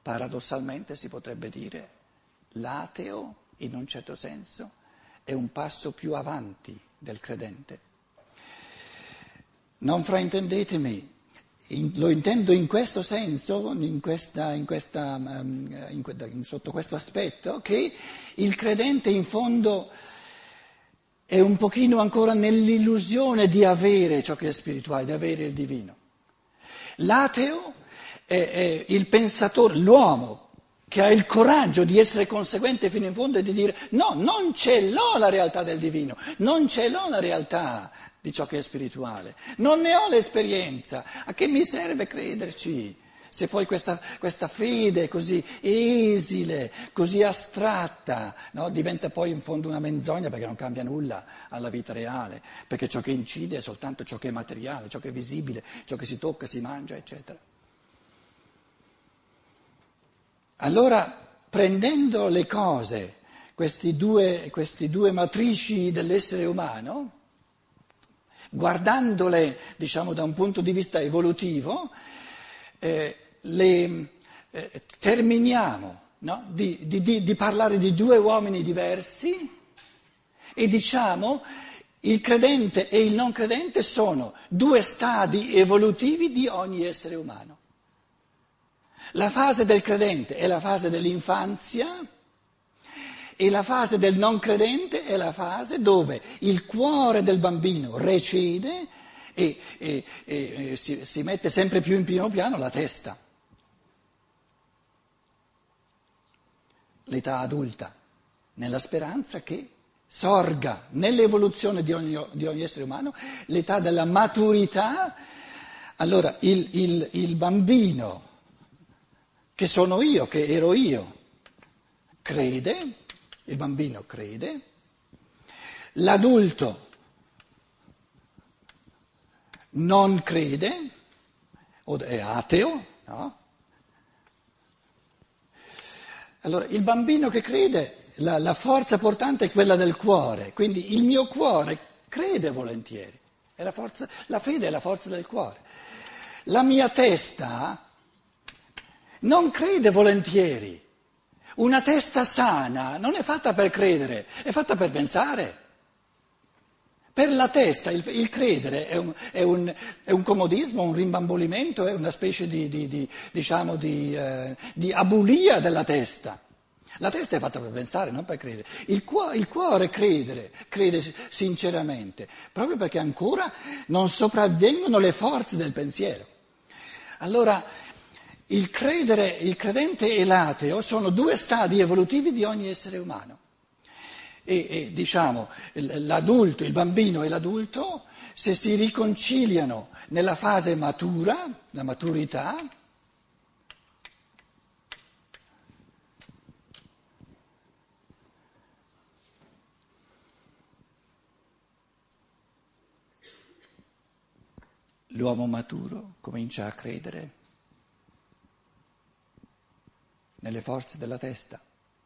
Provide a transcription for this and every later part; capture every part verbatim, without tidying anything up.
Paradossalmente si potrebbe dire, l'ateo, in un certo senso, è un passo più avanti del credente. Non fraintendetemi, in, lo intendo in questo senso, in questa, in questa, um, in, in, sotto questo aspetto, che il credente in fondo è un pochino ancora nell'illusione di avere ciò che è spirituale, di avere il divino. L'ateo è, è il pensatore, l'uomo che ha il coraggio di essere conseguente fino in fondo e di dire no, non ce l'ho la realtà del divino, non ce l'ho la realtà di ciò che è spirituale, non ne ho l'esperienza, a che mi serve crederci? Se poi questa, questa fede così esile, così astratta, no, diventa poi in fondo una menzogna perché non cambia nulla alla vita reale, perché ciò che incide è soltanto ciò che è materiale, ciò che è visibile, ciò che si tocca, si mangia, eccetera. Allora, prendendo le cose, questi due, questi due matrici dell'essere umano, guardandole, diciamo, da un punto di vista evolutivo, eh, le, eh, terminiamo, no? di, di, di, di parlare di due uomini diversi e diciamo il credente e il non credente sono due stadi evolutivi di ogni essere umano. La fase del credente è la fase dell'infanzia e la fase del non credente è la fase dove il cuore del bambino recede e, e, e si, si mette sempre più in primo piano la testa. L'età adulta, nella speranza che sorga nell'evoluzione di ogni, di ogni essere umano l'età della maturità. Allora il, il, il bambino, che sono io, che ero io, crede, il bambino crede, l'adulto non crede, o è ateo, no? Allora, il bambino che crede, la, la forza portante è quella del cuore, quindi il mio cuore crede volentieri, è la, forza, la fede è la forza del cuore. La mia testa non crede volentieri. Una testa sana non è fatta per credere, è fatta per pensare. Per la testa il, il credere è un, è, un, è un comodismo, un rimbambolimento, è una specie di, di, di, diciamo di, eh, di abulia della testa. La testa è fatta per pensare, non per credere. Il cuore, il cuore credere, crede sinceramente, proprio perché ancora non sopravvengono le forze del pensiero. Allora, il credere, il credente e l'ateo sono due stadi evolutivi di ogni essere umano. E, e diciamo, l'adulto, il bambino e l'adulto, se si riconciliano nella fase matura, la maturità, l'uomo maturo comincia a credere nelle forze della testa.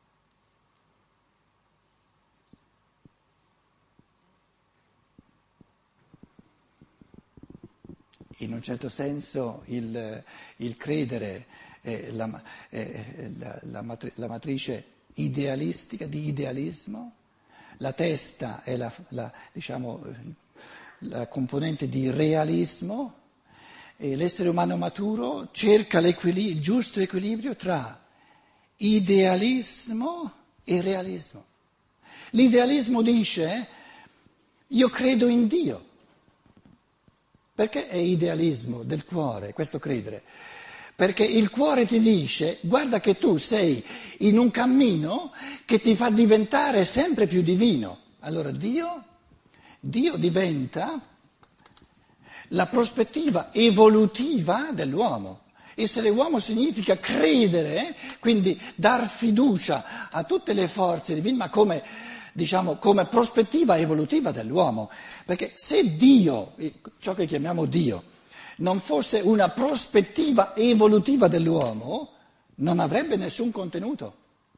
In un certo senso il, il credere è la, è la, la, matri, la matrice idealistica, di idealismo, la testa è la, la, diciamo, la componente di realismo e l'essere umano maturo cerca il giusto equilibrio tra idealismo e realismo. L'idealismo dice io credo in Dio. Perché è idealismo del cuore questo credere? Perché il cuore ti dice guarda che tu sei in un cammino che ti fa diventare sempre più divino. Allora Dio, Dio diventa la prospettiva evolutiva dell'uomo. Essere uomo significa credere, quindi dar fiducia a tutte le forze divine, ma come, diciamo, come prospettiva evolutiva dell'uomo. Perché se Dio, ciò che chiamiamo Dio, non fosse una prospettiva evolutiva dell'uomo, non avrebbe nessun contenuto.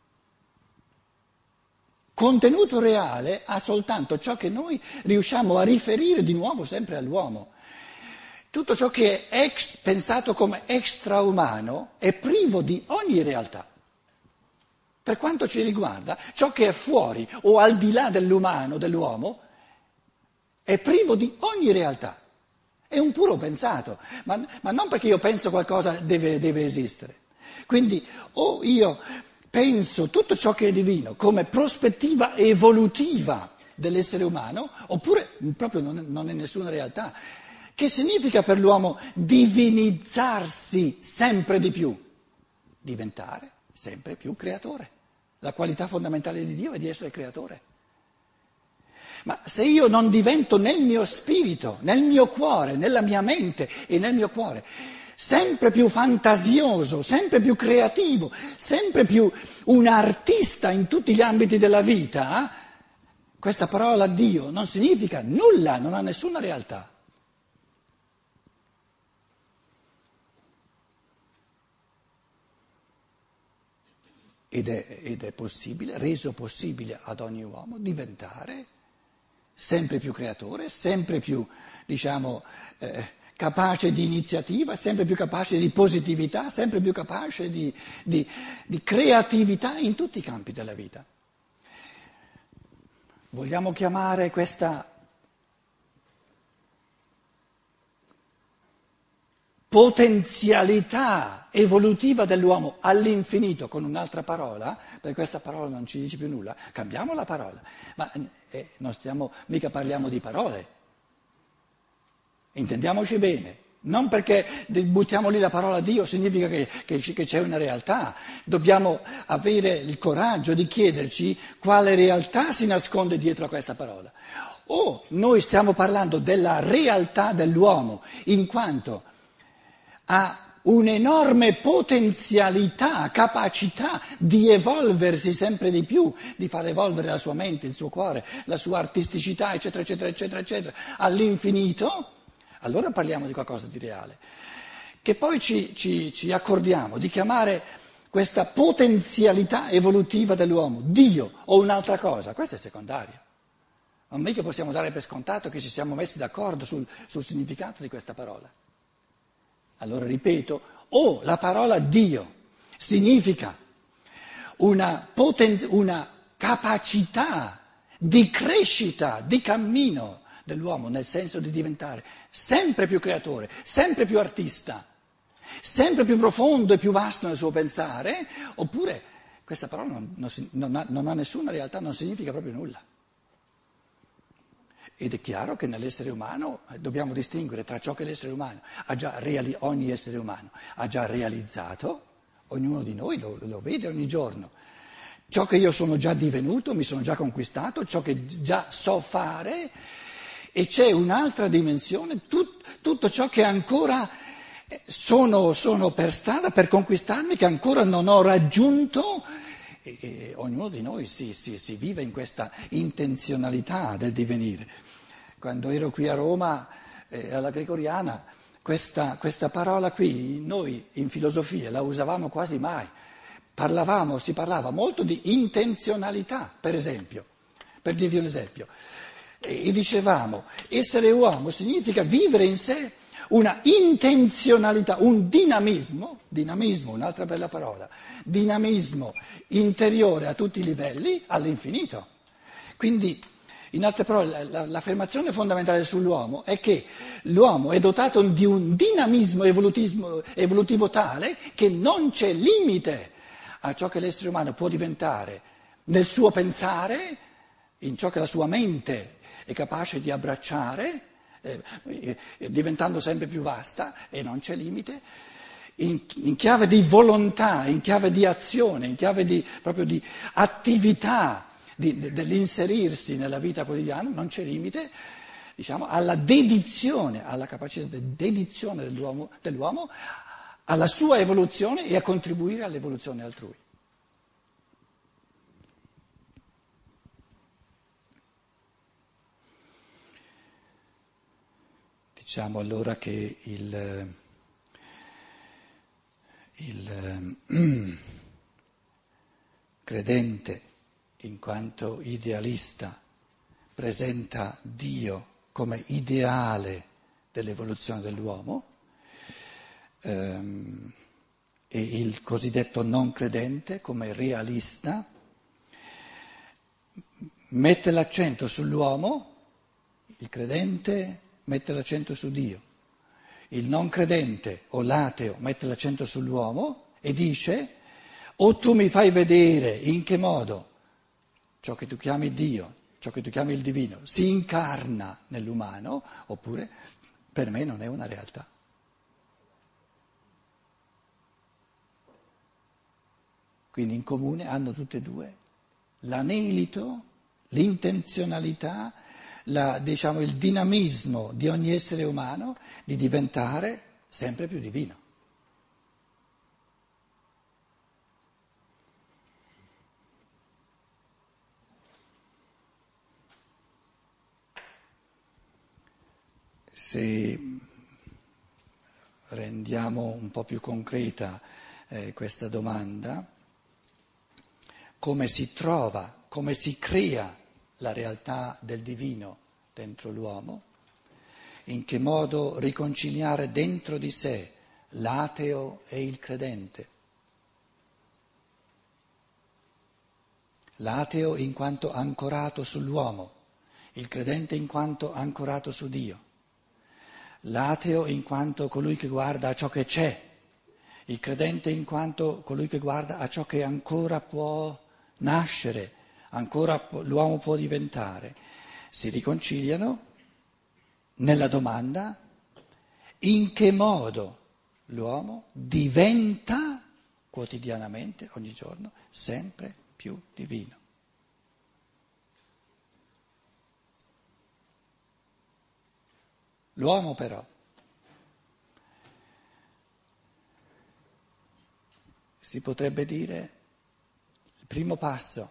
Contenuto reale ha soltanto ciò che noi riusciamo a riferire di nuovo sempre all'uomo. Tutto ciò che è ex, pensato come extraumano è privo di ogni realtà. Per quanto ci riguarda, ciò che è fuori o al di là dell'umano, dell'uomo, è privo di ogni realtà. È un puro pensato, ma, ma non perché io penso qualcosa deve, deve esistere. Quindi o io penso tutto ciò che è divino come prospettiva evolutiva dell'essere umano, oppure proprio non è, non è nessuna realtà. Che significa per l'uomo divinizzarsi sempre di più? Diventare sempre più creatore. La qualità fondamentale di Dio è di essere creatore. Ma se io non divento nel mio spirito, nel mio cuore, nella mia mente e nel mio cuore, sempre più fantasioso, sempre più creativo, sempre più un artista in tutti gli ambiti della vita, questa parola Dio non significa nulla, non ha nessuna realtà. Ed è, ed è possibile, reso possibile ad ogni uomo, diventare sempre più creatore, sempre più, diciamo, eh, capace di iniziativa, sempre più capace di positività, sempre più capace di, di, di creatività in tutti i campi della vita. Vogliamo chiamare questa potenzialità evolutiva dell'uomo all'infinito con un'altra parola, perché questa parola non ci dice più nulla, cambiamo la parola, ma eh, non stiamo, mica parliamo di parole, intendiamoci bene, non perché buttiamo lì la parola Dio significa che, che, che c'è una realtà, dobbiamo avere il coraggio di chiederci quale realtà si nasconde dietro a questa parola. O noi stiamo parlando della realtà dell'uomo in quanto ha un'enorme potenzialità, capacità di evolversi sempre di più, di far evolvere la sua mente, il suo cuore, la sua artisticità, eccetera, eccetera, eccetera, eccetera, all'infinito, allora parliamo di qualcosa di reale. Che poi ci, ci, ci accordiamo di chiamare questa potenzialità evolutiva dell'uomo Dio o un'altra cosa, questo è secondario. Non mica possiamo dare per scontato che ci siamo messi d'accordo sul, sul significato di questa parola. Allora ripeto, o la parola Dio significa una, poten- una capacità di crescita, di cammino dell'uomo, nel senso di diventare sempre più creatore, sempre più artista, sempre più profondo e più vasto nel suo pensare, oppure questa parola non, non, non, ha, non ha nessuna realtà, non significa proprio nulla. Ed è chiaro che nell'essere umano dobbiamo distinguere tra ciò che l'essere umano ha già reali- ogni essere umano ha già realizzato, ognuno di noi lo, lo vede ogni giorno, ciò che io sono già divenuto, mi sono già conquistato, ciò che già so fare, e c'è un'altra dimensione, tut, tutto ciò che ancora sono, sono per strada per conquistarmi, che ancora non ho raggiunto. E, e ognuno di noi si, si, si vive in questa intenzionalità del divenire. Quando ero qui a Roma, eh, alla Gregoriana, questa, questa parola qui noi in filosofia la usavamo quasi mai. Parlavamo, si parlava molto di intenzionalità, per esempio, per dirvi un esempio. E, e dicevamo, essere uomo significa vivere in sé una intenzionalità, un dinamismo, dinamismo, un'altra bella parola, dinamismo interiore a tutti i livelli, all'infinito. Quindi, in altre parole, l'affermazione fondamentale sull'uomo è che l'uomo è dotato di un dinamismo evolutivo tale che non c'è limite a ciò che l'essere umano può diventare nel suo pensare, in ciò che la sua mente è capace di abbracciare, eh, diventando sempre più vasta, e non c'è limite, in, in chiave di volontà, in chiave di azione, in chiave di, proprio di attività, di, de, dell'inserirsi nella vita quotidiana, non c'è limite, diciamo, alla dedizione, alla capacità di dedizione dell'uomo, dell'uomo alla sua evoluzione e a contribuire all'evoluzione altrui. Diciamo allora che il, il credente, in quanto idealista, presenta Dio come ideale dell'evoluzione dell'uomo, ehm, e il cosiddetto non credente come realista mette l'accento sull'uomo, il credente mette l'accento su Dio, il non credente o l'ateo mette l'accento sull'uomo e dice: o tu mi fai vedere in che modo ciò che tu chiami Dio, ciò che tu chiami il divino, si incarna nell'umano, oppure per me non è una realtà. Quindi in comune hanno tutte e due l'anelito, l'intenzionalità, la, diciamo, il dinamismo di ogni essere umano di diventare sempre più divino. Se rendiamo un po' più concreta eh, questa domanda, come si trova, come si crea la realtà del divino dentro l'uomo, in che modo riconciliare dentro di sé l'ateo e il credente. L'ateo in quanto ancorato sull'uomo, il credente in quanto ancorato su Dio. L'ateo in quanto colui che guarda a ciò che c'è, il credente in quanto colui che guarda a ciò che ancora può nascere, ancora l'uomo può diventare. Si riconciliano nella domanda: in che modo l'uomo diventa quotidianamente, ogni giorno, sempre più divino. L'uomo però si potrebbe dire il primo passo,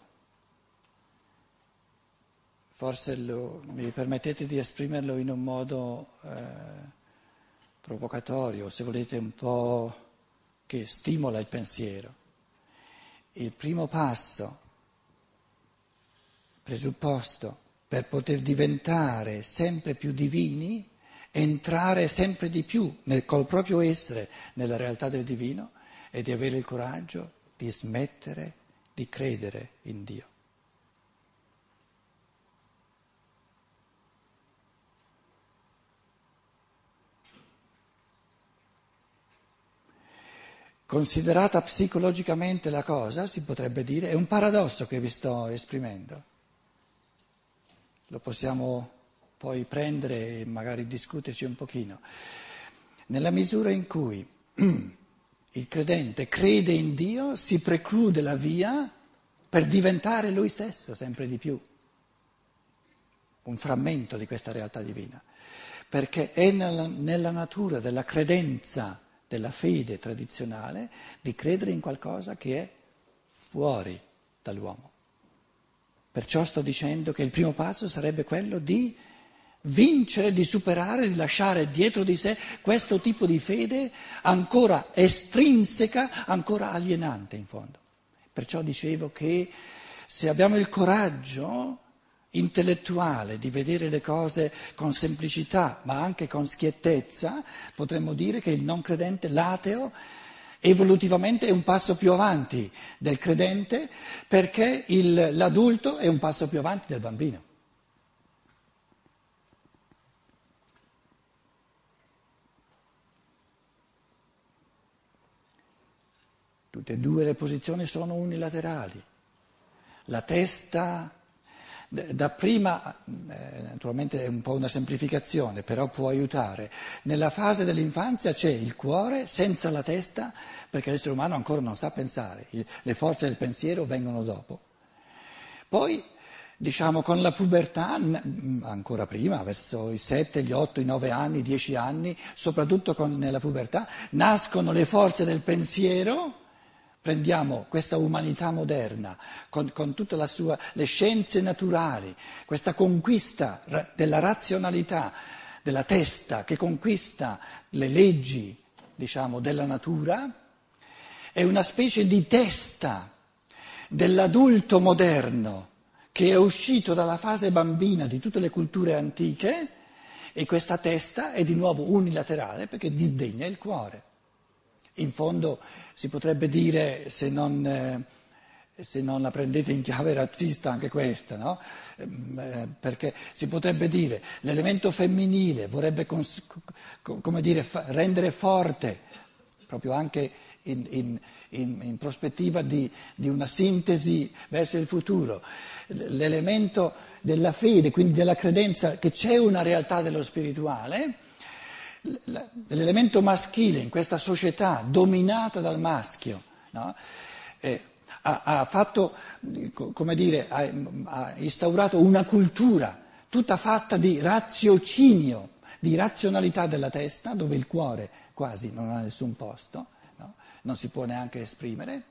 forse lo, mi permettete di esprimerlo in un modo eh, provocatorio, se volete un po' che stimola il pensiero. Il primo passo, presupposto per poter diventare sempre più divini, entrare sempre di più nel, col proprio essere nella realtà del divino, e di avere il coraggio di smettere di credere in Dio. Considerata psicologicamente la cosa, si potrebbe dire, è un paradosso che vi sto esprimendo. Lo possiamo poi prendere e magari discuterci un pochino. Nella misura in cui il credente crede in Dio, si preclude la via per diventare lui stesso sempre di più, un frammento di questa realtà divina, perché è nella, nella natura della credenza, della fede tradizionale, di credere in qualcosa che è fuori dall'uomo. Perciò sto dicendo che il primo passo sarebbe quello di vincere, di superare, di lasciare dietro di sé questo tipo di fede ancora estrinseca, ancora alienante in fondo. Perciò dicevo che se abbiamo il coraggio intellettuale di vedere le cose con semplicità ma anche con schiettezza, potremmo dire che il non credente, l'ateo, evolutivamente è un passo più avanti del credente, perché il, l'adulto è un passo più avanti del bambino. Tutte e due le posizioni sono unilaterali. La testa, dapprima, eh, naturalmente è un po' una semplificazione, però può aiutare. Nella fase dell'infanzia c'è il cuore senza la testa, perché l'essere umano ancora non sa pensare, le forze del pensiero vengono dopo. Poi, diciamo, con la pubertà, ancora prima, verso i sette, gli otto, i nove anni, i dieci anni, soprattutto con, nella pubertà, nascono le forze del pensiero. Prendiamo questa umanità moderna, con, con tutte la sua, le scienze naturali, questa conquista ra- della razionalità, della testa, che conquista le leggi, diciamo, della natura, è una specie di testa dell'adulto moderno che è uscito dalla fase bambina di tutte le culture antiche E questa testa è di nuovo unilaterale perché disdegna il cuore. In fondo si potrebbe dire, se non, eh, se non la prendete in chiave razzista anche questa, no? Eh, perché si potrebbe dire l'elemento femminile vorrebbe cons- come dire, fa- rendere forte, proprio anche in, in, in, in prospettiva di, di una sintesi verso il futuro, l'elemento della fede, quindi della credenza che c'è una realtà dello spirituale. L'elemento maschile in questa società dominata dal maschio, no? eh, ha, ha fatto, come dire, ha, ha instaurato una cultura tutta fatta di raziocinio, di razionalità della testa, dove il cuore quasi non ha nessun posto, no? Non si può neanche esprimere.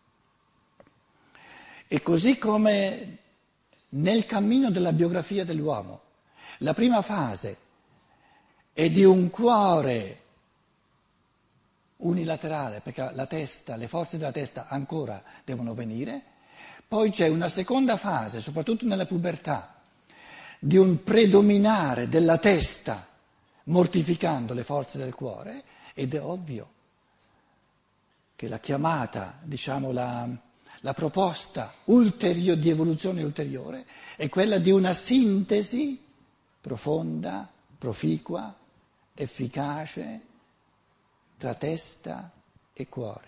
E così come nel cammino della biografia dell'uomo, la prima fase è di un cuore unilaterale, perché la testa, le forze della testa ancora devono venire, poi c'è una seconda fase, soprattutto nella pubertà, di un predominare della testa, mortificando le forze del cuore, ed è ovvio che la chiamata, diciamo la, la proposta ulteriore, di evoluzione ulteriore, è quella di una sintesi profonda, proficua, efficace tra testa e cuore.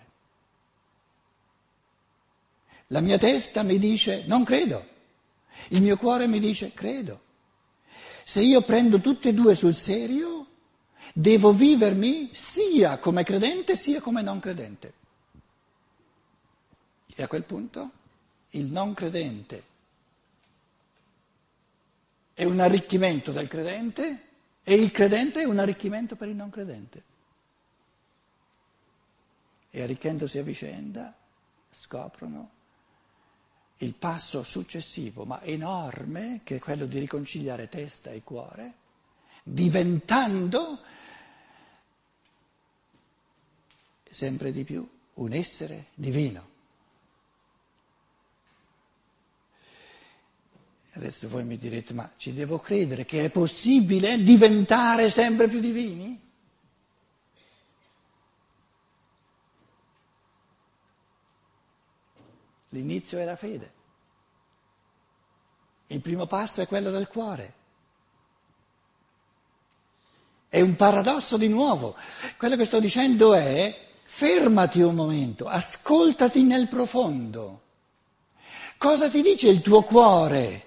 La mia testa mi dice non credo, il mio cuore mi dice credo. Se io prendo tutte e due sul serio, devo vivermi sia come credente sia come non credente. E a quel punto il non credente è un arricchimento del credente e il credente è un arricchimento per il non credente. E arricchendosi a vicenda scoprono il passo successivo, ma enorme, che è quello di riconciliare testa e cuore, diventando sempre di più un essere divino. Adesso voi mi direte, ma ci devo credere che è possibile diventare sempre più divini? L'inizio è la fede. Il primo passo è quello del cuore. È un paradosso di nuovo. Quello che sto dicendo è, fermati un momento, ascoltati nel profondo. Cosa ti dice il tuo cuore?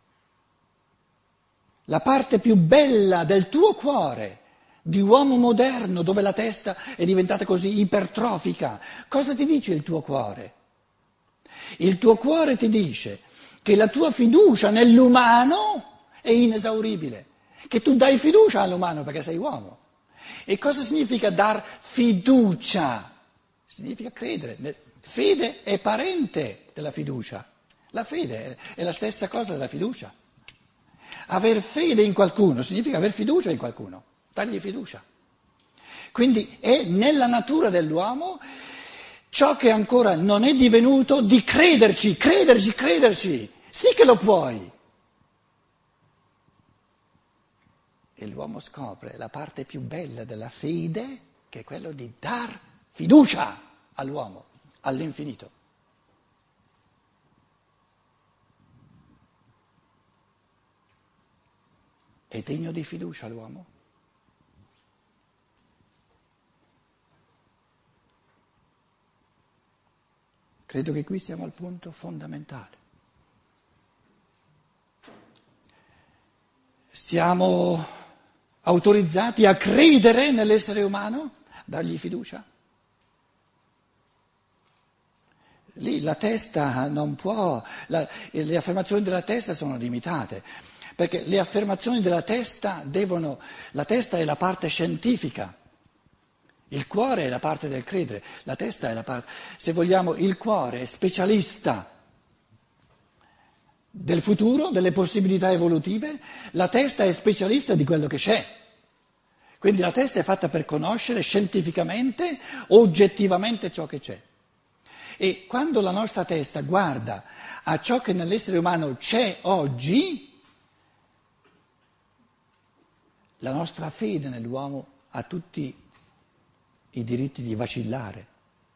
La parte più bella del tuo cuore, di uomo moderno, dove la testa è diventata così ipertrofica. Cosa ti dice il tuo cuore? Il tuo cuore ti dice che la tua fiducia nell'umano è inesauribile, che tu dai fiducia all'umano perché sei uomo. E cosa significa dar fiducia? Significa credere. Fede è parente della fiducia. La fede è la stessa cosa della fiducia. Aver fede in qualcuno significa aver fiducia in qualcuno, dargli fiducia. Quindi è nella natura dell'uomo ciò che ancora non è divenuto di crederci, crederci, crederci. Sì che lo puoi. E l'uomo scopre la parte più bella della fede, che è quello di dar fiducia all'uomo, all'infinito. È degno di fiducia l'uomo? Credo che qui siamo al punto fondamentale. Siamo autorizzati a credere nell'essere umano, a dargli fiducia? Lì la testa non può, la, le affermazioni della testa sono limitate, perché le affermazioni della testa devono, la testa è la parte scientifica, il cuore è la parte del credere, la testa è la parte, se vogliamo, il cuore è specialista del futuro, delle possibilità evolutive, la testa è specialista di quello che c'è. Quindi la testa è fatta per conoscere scientificamente, oggettivamente ciò che c'è. E quando la nostra testa guarda a ciò che nell'essere umano c'è oggi, La nostra fede nell'uomo ha tutti i diritti di vacillare.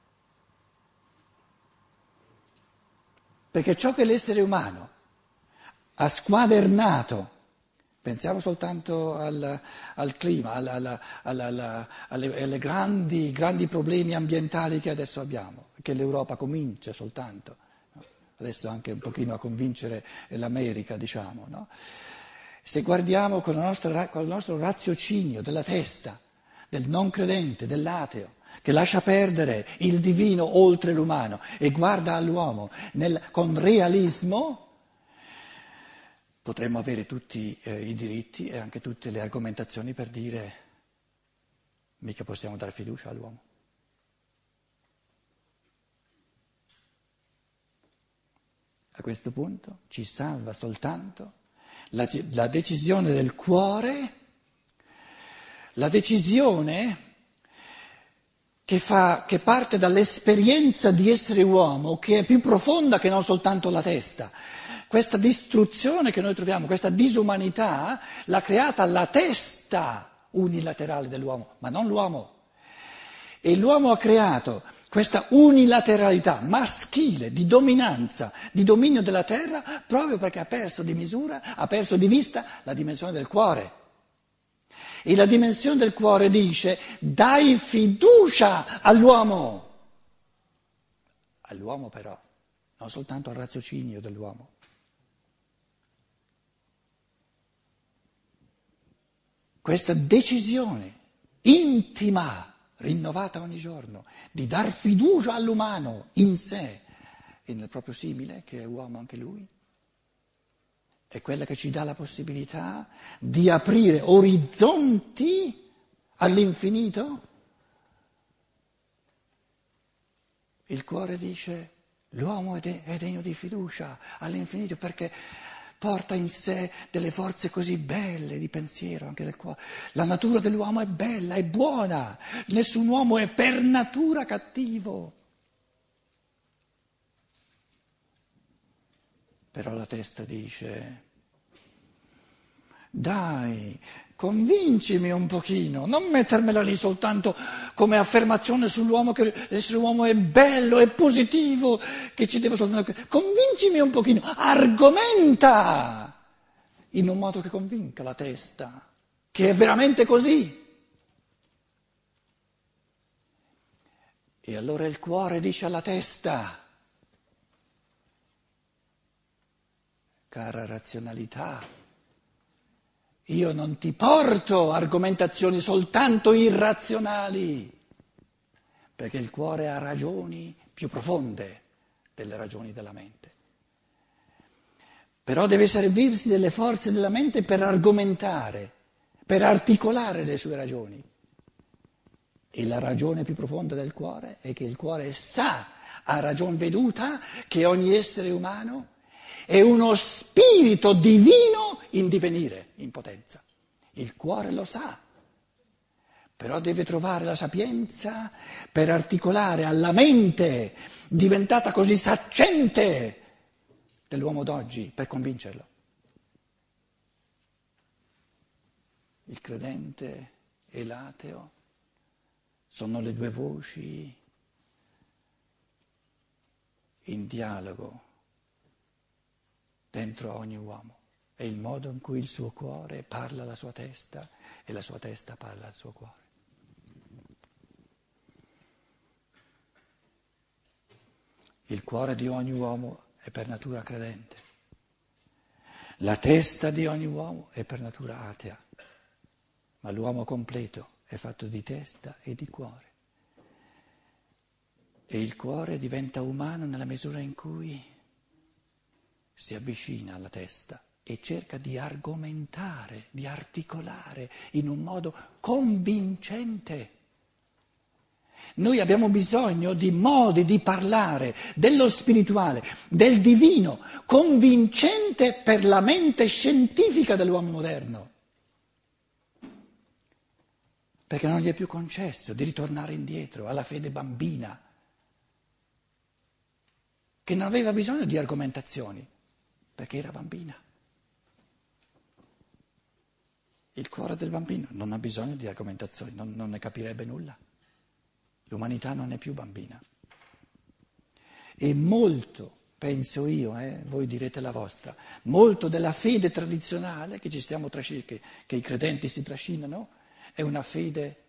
Perché ciò che l'essere umano ha squadernato, pensiamo soltanto al, al clima, alla, alla, alla, alla, alle, alle grandi, grandi problemi ambientali che adesso abbiamo, che l'Europa comincia soltanto, no? Adesso anche un pochino a convincere l'America, diciamo, no? Se guardiamo con, la nostra, con il nostro raziocinio della testa, del non credente, dell'ateo, che lascia perdere il divino oltre l'umano e guarda all'uomo nel, con realismo, potremmo avere tutti eh, i diritti e anche tutte le argomentazioni per dire mica possiamo dare fiducia all'uomo. A questo punto ci salva soltanto la, la decisione del cuore, la decisione che, fa, che parte dall'esperienza di essere uomo, che è più profonda che non soltanto la testa. Questa distruzione che noi troviamo, questa disumanità, l'ha creata la testa unilaterale dell'uomo, ma non l'uomo. E l'uomo ha creato questa unilateralità maschile di dominanza, di dominio della terra, proprio perché ha perso di misura, ha perso di vista la dimensione del cuore. E la dimensione del cuore dice: dai fiducia all'uomo. All'uomo però, non soltanto al raziocinio dell'uomo. Questa decisione intima, rinnovata ogni giorno, di dar fiducia all'umano in sé e nel proprio simile, che è uomo anche lui, è quella che ci dà la possibilità di aprire orizzonti all'infinito. Il cuore dice: l'uomo è, de- è degno di fiducia all'infinito perché porta in sé delle forze così belle di pensiero, anche del cuore. La natura dell'uomo è bella, è buona, nessun uomo è per natura cattivo. Però la testa dice: dai, convincimi un pochino, non mettermela lì soltanto come affermazione sull'uomo, che l'essere uomo è bello, è positivo, che ci deve soltanto... Convincimi un pochino, argomenta in un modo che convinca la testa, che è veramente così. E allora il cuore dice alla testa: cara razionalità, io non ti porto argomentazioni soltanto irrazionali, perché il cuore ha ragioni più profonde delle ragioni della mente. Però deve servirsi delle forze della mente per argomentare, per articolare le sue ragioni. E la ragione più profonda del cuore è che il cuore sa, a ragion veduta, che ogni essere umano è uno spirito divino in divenire, in potenza. Il cuore lo sa, però deve trovare la sapienza per articolare alla mente, diventata così saccente dell'uomo d'oggi, per convincerlo. Il credente e l'ateo sono le due voci in dialogo dentro ogni uomo. È il modo in cui il suo cuore parla alla sua testa e la sua testa parla al suo cuore. Il cuore di ogni uomo è per natura credente. La testa di ogni uomo è per natura atea. Ma l'uomo completo è fatto di testa e di cuore. E il cuore diventa umano nella misura in cui si avvicina alla testa e cerca di argomentare, di articolare in un modo convincente. Noi abbiamo bisogno di modi di parlare dello spirituale, del divino, convincente per la mente scientifica dell'uomo moderno. Perché non gli è più concesso di ritornare indietro alla fede bambina, che non aveva bisogno di argomentazioni, perché era bambina. Il cuore del bambino non ha bisogno di argomentazioni, non, non ne capirebbe nulla. L'umanità non è più bambina. E molto, penso io, eh, voi direte la vostra, molto della fede tradizionale che ci stiamo trascinando, che, che i credenti si trascinano, è una fede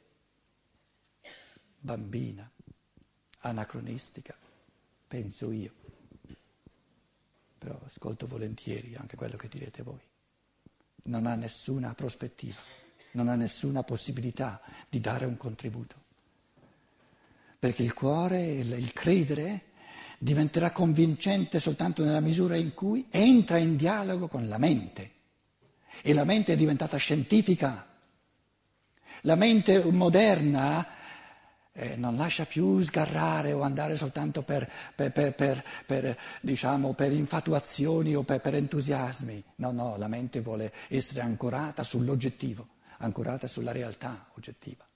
bambina, anacronistica, penso io. Però ascolto volentieri anche quello che direte voi. Non ha nessuna prospettiva, non ha nessuna possibilità di dare un contributo. Perché il cuore, il, il credere, diventerà convincente soltanto nella misura in cui entra in dialogo con la mente. E la mente è diventata scientifica. La mente moderna eh, non lascia più sgarrare o andare soltanto per, per, per, per, per, diciamo, per infatuazioni o per, per entusiasmi. No, no, la mente vuole essere ancorata sull'oggettivo, ancorata sulla realtà oggettiva.